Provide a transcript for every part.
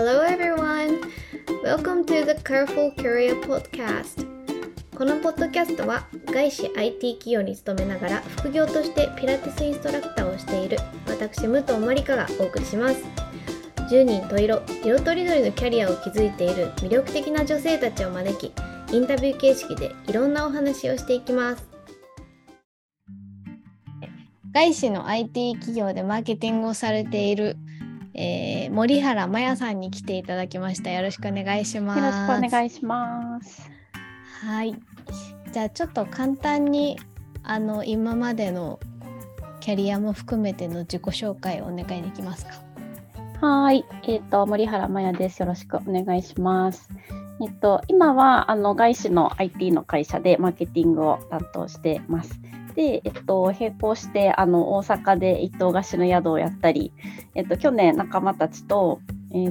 Hello everyone! Welcome to the Careful Career Podcast. このポッドキャストは外資 IT 企業に勤めながら副業としてピラティスインストラクターをしている私武藤まりかがお送りします。10人十色とりどりのキャリアを築いている魅力的な女性たちを招き、インタビュー形式でいろんなお話をしていきます。外資の IT 企業でマーケティングをされている森原麻也さんに来ていただきました。よろしくお願いします。 よろしくお願いします。 はい。じゃあちょっと簡単に今までのキャリアも含めての自己紹介をお願いできますか？ はい。森原麻也です。よろしくお願いします。今は外資の IT の会社でマーケティングを担当してます。で、並行して大阪で一棟貸しの宿をやったり、去年仲間たちと、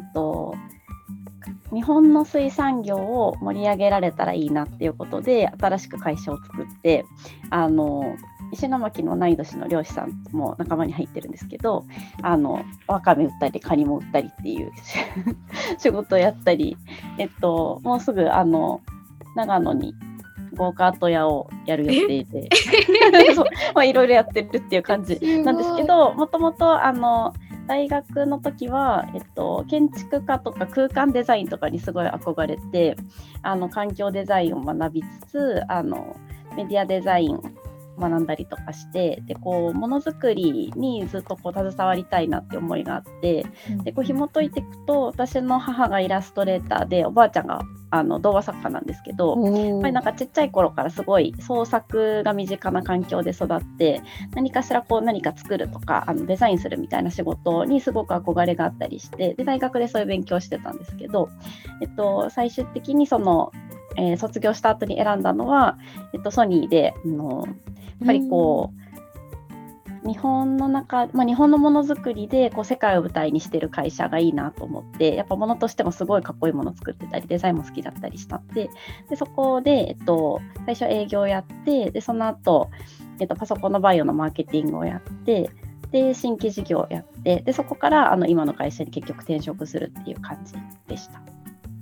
日本の水産業を盛り上げられたらいいなっていうことで新しく会社を作って、石巻の同い年の漁師さんも仲間に入ってるんですけど、わかめ売ったりカニも売ったりっていう仕事をやったり、もうすぐ長野にゴーカート屋をやる予定でいろいろやってるっていう感じなんですけど、もともと大学の時は、建築家とか空間デザインとかにすごい憧れて環境デザインを学びつつメディアデザイン学んだりとかして、でものづくりにずっと携わりたいなって思いがあって、で紐解いていくと、私の母がイラストレーターでおばあちゃんが童話作家なんですけど、なんかちっちゃい頃からすごい創作が身近な環境で育って、何かしら何か作るとかデザインするみたいな仕事にすごく憧れがあったりして、で大学でそういう勉強してたんですけど、最終的に卒業した後に選んだのは、ソニーでやっぱり日本の日本のものづくりで世界を舞台にしてる会社がいいなと思って、やっぱものとしてもすごいかっこいいものを作ってたりデザインも好きだったりしたんで、そこで、最初営業やって、でその後、パソコンのバイオのマーケティングをやって、で新規事業をやって、でそこから今の会社に結局転職するっていう感じでした。 あ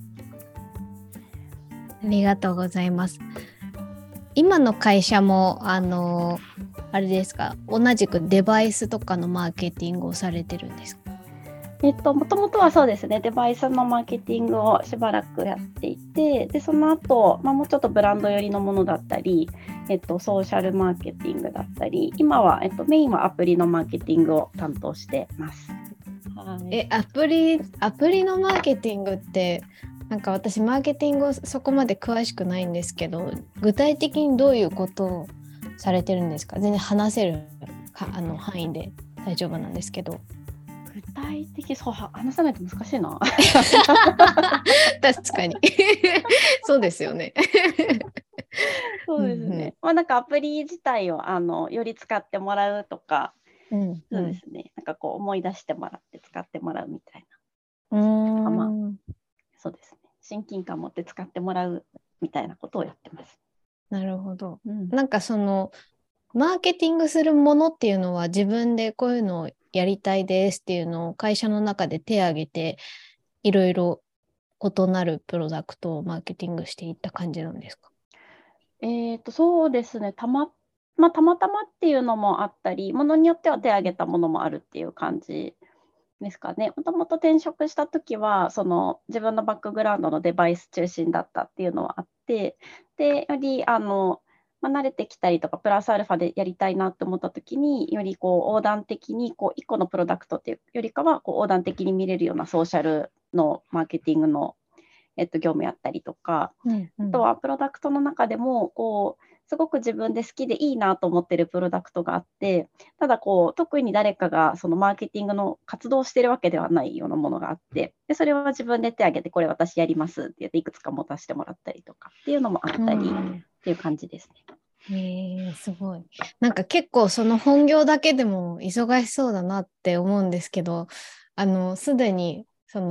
りがとうございます。今の会社もあれですか、同じくデバイスとかのマーケティングをされてるんですか？ もともとはそうですね、デバイスのマーケティングをしばらくやっていて、でその後、もうちょっとブランド寄りのものだったり、ソーシャルマーケティングだったり、今は、メインはアプリのマーケティングを担当してます。 はい、アプリのマーケティングってなんか私マーケティングそこまで詳しくないんですけど、具体的にどういうことをされてるんですか？全然話せる範囲で大丈夫なんですけど。 具体的、話さないと難しいな確かにそうですよねそうですね、なんかアプリ自体をより使ってもらうとか、そうですね、なんか思い出してもらって使ってもらうみたいな、そうですね、親近感持って使ってもらうみたいなことをやってます。 なるほど、なんかマーケティングするものっていうのは自分でこういうのをやりたいですっていうのを会社の中で手を挙げていろいろ異なるプロダクトをマーケティングしていった感じなんですか？ そうですね、たまたまっていうのもあったり、ものによっては手を挙げたものもあるっていう感じですかね。もともと転職した時は自分のバックグラウンドのデバイス中心だったっていうのはあって、でより慣れてきたりとかプラスアルファでやりたいなって思った時に、より横断的に1個のプロダクトっていうよりかは横断的に見れるようなソーシャルのマーケティングの業務やったりとか、あとはプロダクトの中でもすごく自分で好きでいいなと思ってるプロダクトがあって、ただ特に誰かがそのマーケティングの活動をしてるわけではないようなものがあって、でそれは自分で手を挙げてこれ私やりますって言っていくつか持たせてもらったりとかっていうのもあったりっていう感じですね。すごい。なんか結構その本業だけでも忙しそうだなって思うんですけど、すでに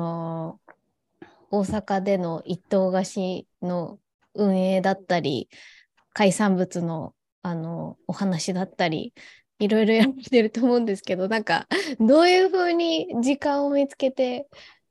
大阪での一棟貸しの運営だったり、海産物の、お話だったり、いろいろやってると思うんですけど、なんかどういうふうに時間を見つけて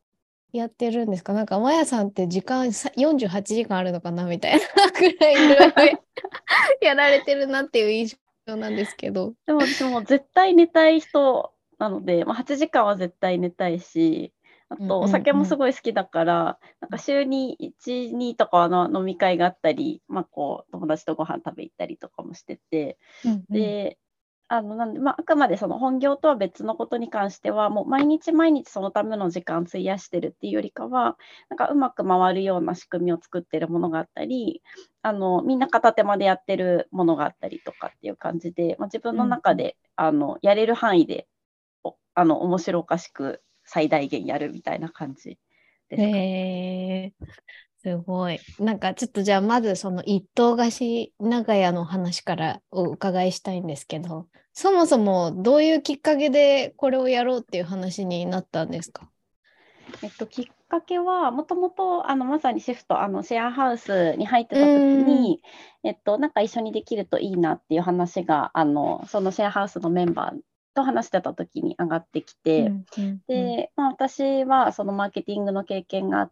やってるんですか？なんか、まやさんって時間48時間あるのかなみたいなくらいいろいろやられてるなっていう印象なんですけど。 でも私も絶対寝たい人なので、まあ、8時間は絶対寝たいし、あうんとおうんうん。 酒もすごい好きだから、なんか週に1、2とかの飲み会があったり、まあ、こう友達とご飯食べ行ったりとかもしてて、 うんうん。 で、なんで、まあ、あくまでその本業とは別のことに関しては、もう毎日毎日そのための時間費やしてるっていうよりかは、なんかうまく回るような仕組みを作ってるものがあったり、みんな片手間でやってるものがあったりとかっていう感じで、まあ、自分のうんう中でやれる範囲で面白おかしく最大限やるみたいな感じでん。 すか。 すごい。なんかちょっとじゃあまずその一棟貸し長屋の話からお伺いしたいんですけど、そもそもどういうきっかけでこれをやろうっていう話になったんですか？ きっかけは、もともとまさにシェフとシェアハウスに入ってうた時ーん。 に、なんか一緒にできるといいなっていう話が、そのシェアハウスのメンバーと話してた時に上がってきて、 うんうんうん。 で、まあ、私はそのマーケティングの経験があって、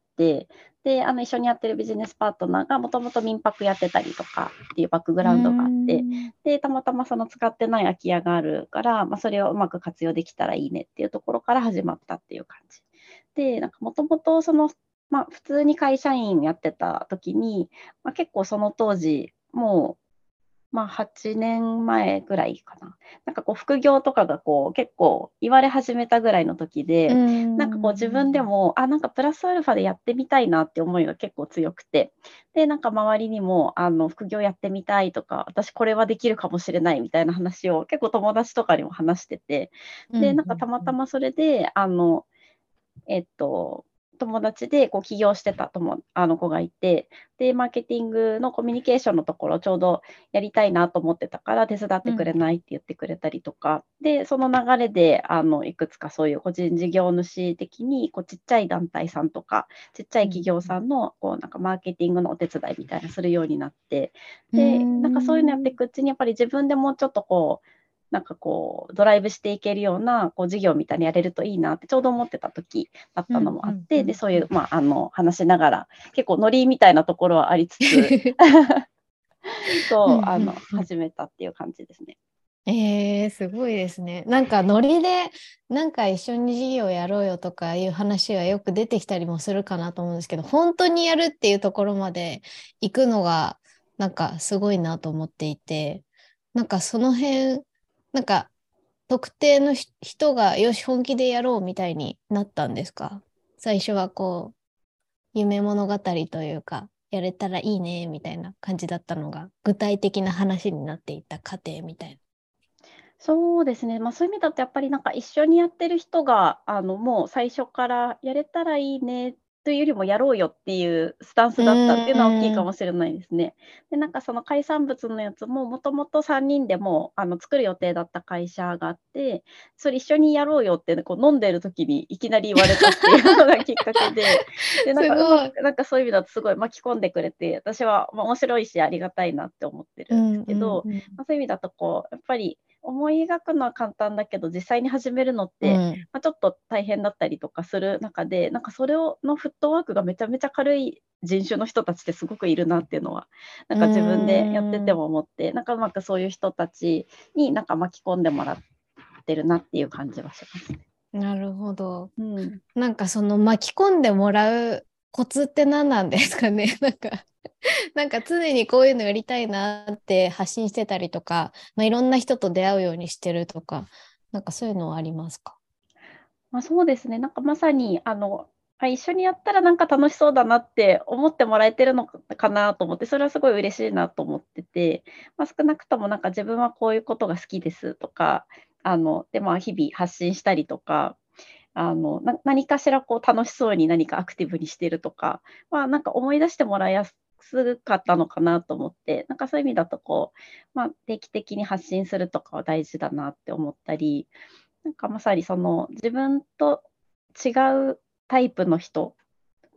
で、一緒にやってるビジネスパートナーがもともと民泊やってたりとかっていうバックグうーラウンドがあって、 ん。 で、たまたまその使ってない空き家があるから、まあ、それをうまく活用できたらいいねっていうところから始まったっていう感じ。で、なんかもともとその、まあ、普通に会社員やってた時に、まあ、結構その当時、もう、まあ、8年前ぐらいかな。なんかこう副業とかがこう結構言われ始めたぐらいの時うーで、なんかこう自分でん。 も、なんかプラスアルファでやってみたいなって思いが結構強くて、で、なんか周りにも副業やってみたいとか、私これはできるかもしれないみたいな話を結構友達とかにも話してて、で、 うんなんかたまたまそれで、えっと、友達でこう起業してた子がいて、で、マーケティングのコミュニケーションのところちょうどやりたいなと思ってたから手伝ってくれうん。 ないって言ってくれたりとか、で、その流れでいくつかそういう個人事業主的にこうちっちゃい団体さんとか、ちっちゃい企業さんのこうなんかマーケティングのお手伝いみたいなするようになって、 うーで、なんかそういうのやっていん。 くうちにやっぱり自分でもうちょっとこうなんかこうドライブしていけるようなこう事業みたいにやれるといいなってちょうど思ってた時だったのうんうもあって、で、 んうんうん。 そういう、まあ、話しながら、結構ノリみたいなところはありつつ、そう、 うんうんうん。 始めたっていう感じですね。 すごいですね。なんかノリで、なんか一緒に事業やろうよとかいう話はよく出てきたりもするかなと思うんですけど、本当にやるっていうところまで行くのが、なんかすごいなと思っていて、なんかその辺、なんか特定の人がよし、本気でやろうみたいになったんですか？最初はこう、夢物語というか、やれたらいいねみたいな感じだったのが、具体的な話になっていった過程みたいそうですね、まあ、そういう意味だとやっぱりなんか一緒にやってる人が、もう最初からやれたらいいねというよりもやろうよっていうスタンスな。 だったっていうのは大きいかん。 もしれないですね。で、なんかその海産物のやつも、もともと3人でも作る予定だった会社があって、それ一緒にやろうよって、ね、こう飲んでる時にいきなり言われたっていうのがきっかけで、で、なんかうまくすごい。 なんかそういう意味だとすごい巻き込んでくれて、私は、ま、面白いしありがたいなって思ってるんですうんうけど、 んうん。 まあ、そういう意味だとこうやっぱり思い描くのは簡単だけど、実際に始めるのって、 うん。 まあ、ちょっと大変だったりとかする中で、なんかそれのフットワークがめちゃめちゃ軽い人種の人たちってすごくいるなっていうのは、なんうか自分でやっててーん。 も思って、なんかうまくそういう人たちになんか巻き込んでもらってるなっていう感じはしますね。 なるほど。 うん。 なんかその巻き込んでもらうコツって何なんですかね。なんか常にこういうのやりたいなって発信してたりとか、まあ、いろんな人と出会うようにしてるとか、なんかそういうのはありますか？ まあ、そうですね。なんかまさに、一緒にやったらなんか楽しそうだなって思ってもらえてるのかなと思って、それはすごい嬉しいなと思ってて、まあ、少なくともなんか自分はこういうことが好きですとか、で、まあ、日々発信したりとか、何かしらこう楽しそうに何かアクティブにしてるとか、まあ、なんか思い出してもらいやすかったのかなと思って、なんかそういう意味だとこう、まあ、定期的に発信するとかは大事だなって思ったり、なんかまさにその自分と違うタイプの人、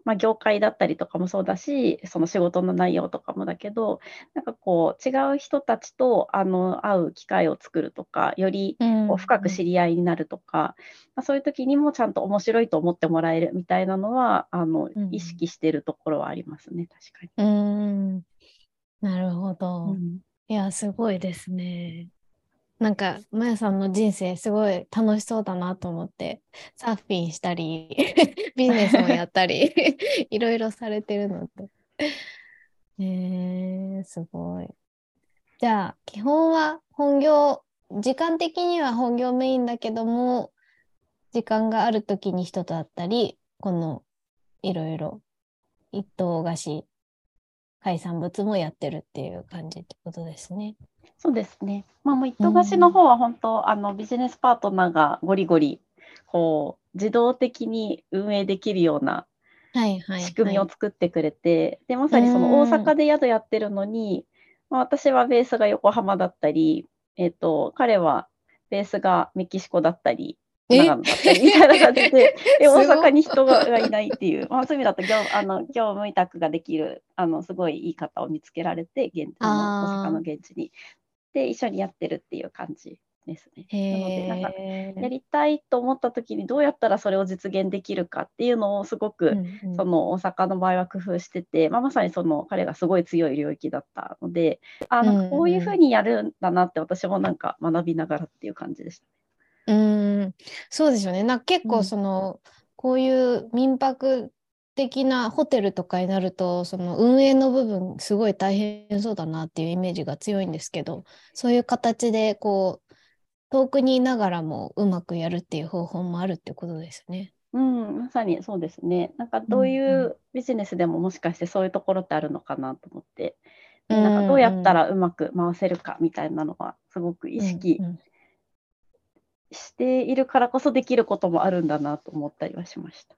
業界だったりとかもそうだし、その仕事の内容とかもだけど、なんかこう違う人たちと会う機会を作るとか、よりこう深く知り合いになるとか、そういう時にもちゃんと面白いと思ってもらえるみたいなのは意識してるところはありますね、確かに。 なるほど。いや、すごいですね。なんか、まやさんの人生すごい楽しそうだなと思って、サーフィンしたり、ビジネスもやったり、いろいろされてるので。すごい。じゃあ、基本は本業、時間的には本業メインだけども、時間がある時に人と会ったり、このいろいろ一棟貸し、海産物もやってるっていう感じってことですね。 そうですね。もう一棟貸しの方は本当、ビジネスパートナーがゴリゴリ、こう、自動的に運営できるような仕組みを作ってくれて、で、まさにその大阪で宿やってるのに、私はベースが横浜だったり、彼はベースがメキシコだったり、長野だったりみたいな感じで、大阪に人がいないっていう、そういう意味だと業務委託ができる、すごいいい方を見つけられて、大阪の現地に。で、一緒にやってるっていう感じですね。なので、なんか、やりたいと思った時にどうやったらそれを実現できるかっていうのをすごく、その大阪の場合は工夫してて、まさにその彼がすごい強い領域だったので、なんかこういうふうにやるんだなって私もなんか学びながらっていう感じでした。 そうですよね。なんか結構こういう民泊的なホテルとかになると、その運営の部分すごい大変そうだなっていうイメージが強いんですけど、そういう形でこう遠くにいながらもうまくやるっていう方法もあるってことですね。 まさにそうですね。なんかどういうビジネスでももしかしてそういうところってあるのかなと思って、でなんかどうやったらうまく回せるかみたいなのはすごく意識しているからこそできることもあるんだなと思ったりはしました。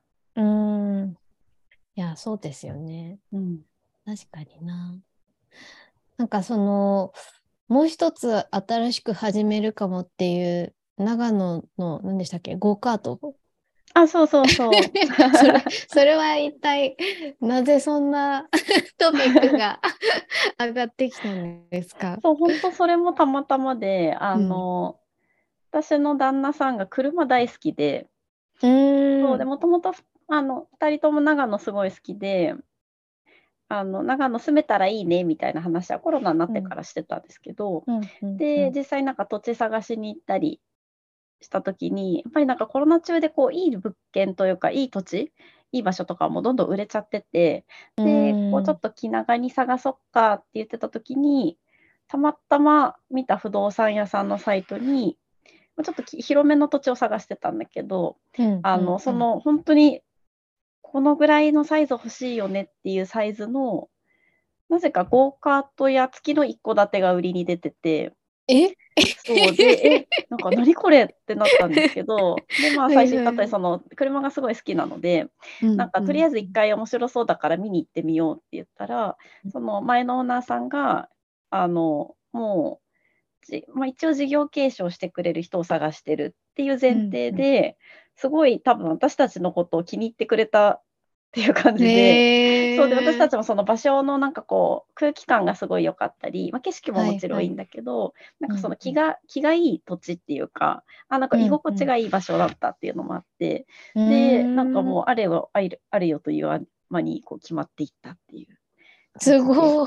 いや、そうですよね。 確かにな。なんかもう一つ新しく始めるかもっていう長野の何でしたっけ、ゴーカート。 そうそうそう。 それは一体なぜそんなトピックが上がってきたんですか？ そう、本当それもたまたまで、私の旦那さんが車大好きで、そうで、もともと2人とも長野すごい好きで、長野住めたらいいねみたいな話はコロナになってからしてたんですけど、で、実際なんか土地探しに行ったりした時に、やっぱりなんかコロナ中でこういい物件というか、いい土地、いい場所とかもどんどん売れちゃってて、で、こうちょっと気長に探そっかって言ってた時に、たまたま見た不動産屋さんのサイトに、ちょっと広めの土地を探してたんだけど、その本当にこのぐらいのサイズ欲しいよねっていうサイズの、なぜかゴーカートや付きの一戸建てが売りに出てて、そうで、なんか何これってなったんですけど、で、最初言った通りその車がすごい好きなので、なんかとりあえず1回面白そうだから見に行ってみようって言ったら、その前のオーナーさんが、もう、一応事業継承してくれる人を探してるっていう前提で、すごい多分私たちのことを気に入ってくれたっていう感じで、そうで、私たちもその場所のなんかこう、空気感がすごい良かったり、景色ももちろんいいんだけど、なんかその気がいい土地っていうか、なんか居心地がいい場所だったっていうのもあって、で、なんかもうあれよという間にこう決まっていったっていう。 すごい。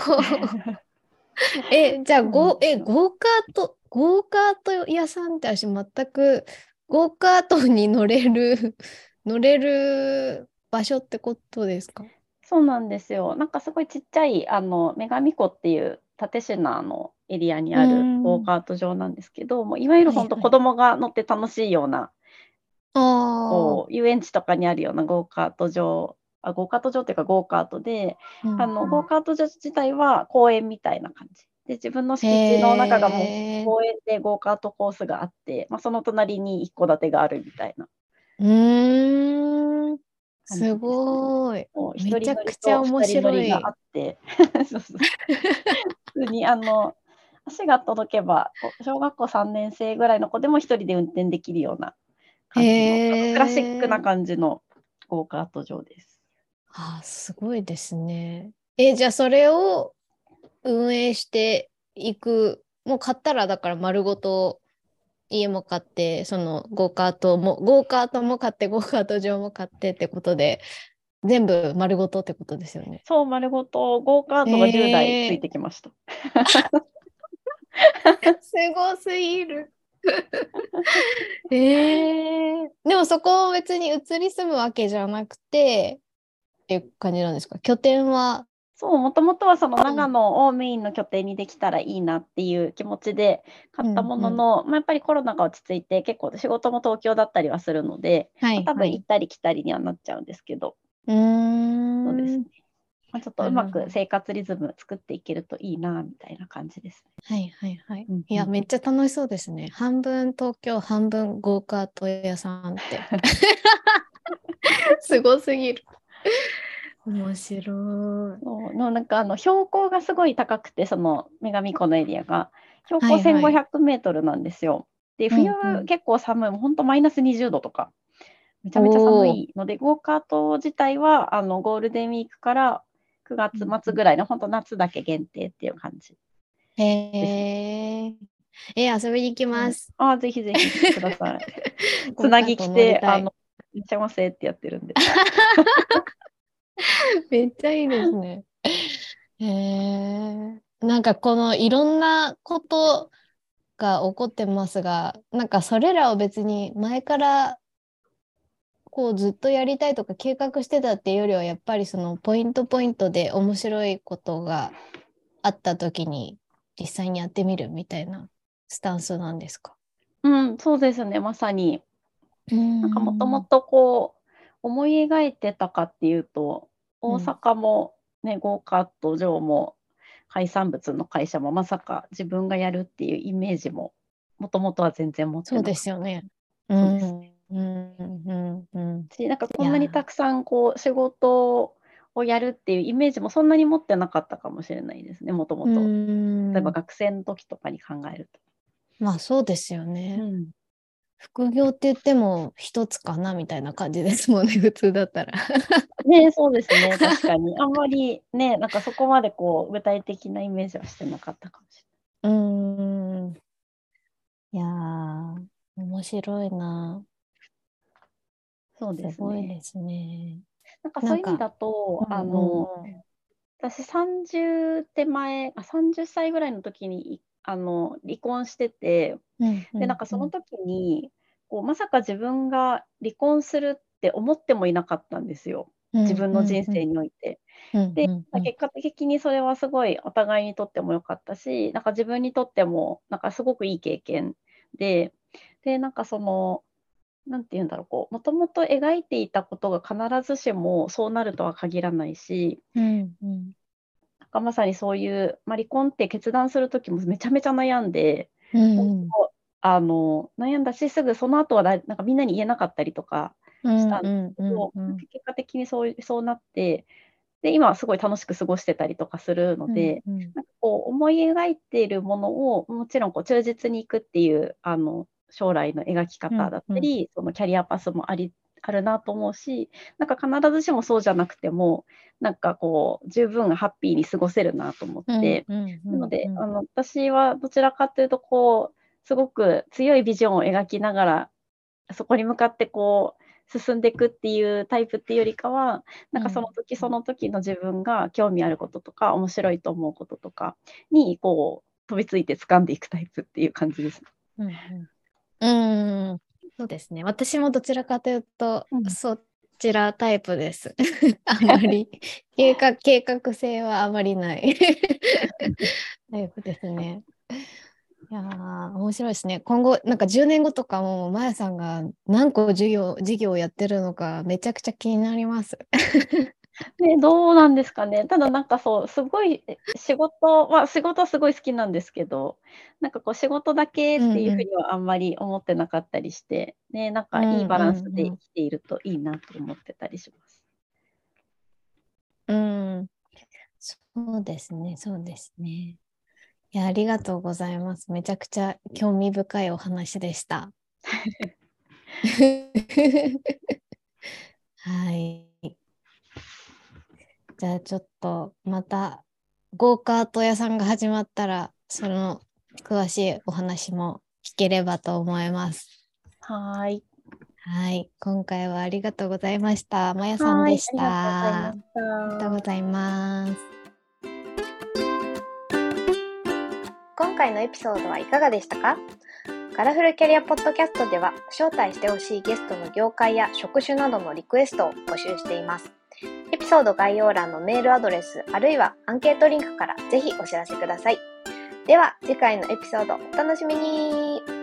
じゃあゴーカート屋さんって私全くゴーカートに乗れる場所ってことですか？ そうなんですよ。なんかすごいちっちゃい女神湖っていう蓼科のエリアにあるゴーカート場なんですけど、もういわゆる本当子供が乗って楽しいような、こう遊園地とかにあるようなゴーカート場っていうかゴーカートで、ゴーカート場自体は公園みたいな感じ。で、自分の敷地の中がもう公園でゴーカートコースがあって、その隣に一戸建てがあるみたいな。 すごい。めちゃくちゃ面一人乗白い。 りがあって、そうそう。普通に足が届けば、小学校3年生ぐらいの子でも一人で運転できるような感じの、クラシックな感じのゴーカート場です。 すごいですね。じゃあそれを運営していく、もう買ったらだから丸ごと家も買って、そのゴーカートも買って、ゴーカート場も買ってってことで、全部丸ごとってことですよね。 そう、丸ごとゴーカートが10台ついてきました。 すごすぎる。でもそこを別に移り住むわけじゃなくてっていう感じなんですか？拠点は。 そう、もともとはその長野をメインの拠点にできたらいいなっていう気持ちで買ったものの、やっぱりコロナが落ち着いて結構仕事も東京だったりはするので、多分行ったり来たりにはなっちゃうんですけど、そうですね。ちょっとうまく生活リズム作っていけるといいなみたいな感じですね。いや、めっちゃ楽しそうですね。半分東京、半分ゴーカート屋さんって。すごすぎる。面白い。 そうのなんか標高がすごい高くて、その女神湖のエリアが標高1500メートルなんですよ。で、冬結構寒い、本当マイナス20度とか、めちゃめちゃ寒いので、ゴーカート自体はゴールデンウィークから9月末ぐらいの本当夏だけ限定っていう感じですね。 遊びに行きます。 ぜひぜひ来てください。つなぎ着て、いっちゃいませってやってるんで。 めっちゃいいですね。なんかこのいろんなことが起こってますが、なんかそれらを別に前からこうずっとやりたいとか計画してたっていうよりは、やっぱりそのポイントポイントで面白いことがあった時に実際にやってみるみたいなスタンスなんですか？ そうですね、まさに。なんかもともん。 とこう思い描いてたかっていうと、大阪もね、ゴーカート場も海産物の会社もまさか自分がやるっていうイメージももともとは全然持ってそうなかった。 ですよね。 そうですね。なんかこんなにたくさんこう仕事をやるっていうイメージもそんなに持ってなかったかもしれないですね、もともと。例えば学生の時とかに考えると。 まあそうですよね。副業って言っても一つかなみたいな感じですもんね、普通だったら。 ね、そうですね、確かに。あんまりね、なんかそこまでこう具体的なイメージはしてなかったかもしれない。いやー、面白いな。 そうですね。 すごいですね。 なんかそういう意味だと、私30手前、30歳ぐらいの時に離婚してて、で、なんかその時に、こうまさか自分が離婚するって思ってもいなかったんですよ。自分の人生において。で、結果的にそれはすごいお互いにとっても良かったし、なんか自分にとっても、なんかすごくいい経験で、なんかその、なんて言うんだろう、こう、もともと描いていたことが必ずしもそうなるとは限らないし、なんかまさにそういう、離婚って決断する時もめちゃめちゃ悩んで、本当、悩んだし、すぐその後はなんかみんなに言えなかったりとかしたんですけど、結果的にそうなって、で、今はすごい楽しく過ごしてたりとかするので、なんかこう思い描いているものを、もちろんこう忠実にいくっていう、将来の描き方だったり、そのキャリアパスもあるなと思うし、なんか必ずしもそうじゃなくても、なんかこう十分ハッピーに過ごせるなと思って、なので、私はどちらかというとこう、すごく強いビジョンを描きながら、そこに向かってこう進んでいくっていうタイプっていうよりかは、なんかその時その時の自分が興味あることとか、面白いと思うこととかにこう飛びついて掴んでいくタイプっていう感じです。 そうですね。私もどちらかというと、そちらタイプです。あんまり計画性はあまりないタイプですね。いやー、面白いですね。今後、なんか10年後とかも、まやさんが何個事業をやってるのか、めちゃくちゃ気になります。 ね、どうなんですかね。ただなんかそう、すごい仕事はすごい好きなんですけど、なんかこう仕事だけっていうふうにはあんまり思ってなかったりして、ね、なんかいいバランスで生きているといいなと思ってたりします。 そうですね、そうですね。いや、ありがとうございます。めちゃくちゃ興味深いお話でした。はい。 じゃあちょっとまたゴーカート屋さんが始まったらその詳しいお話も聞ければと思います。 はい。 はい、今回はありがとうございました。まやさんはい。 でしありがとうございまた。あしりがとうごた。 ざいます。今回のエピソードはいかがでしたか？カラフルキャリアポッドキャストでは招待してほしいゲストの業界や職種などのリクエストを募集しています。エピソード概要欄のメールアドレスあるいはアンケートリンクからぜひお知らせください。では次回のエピソードお楽しみに。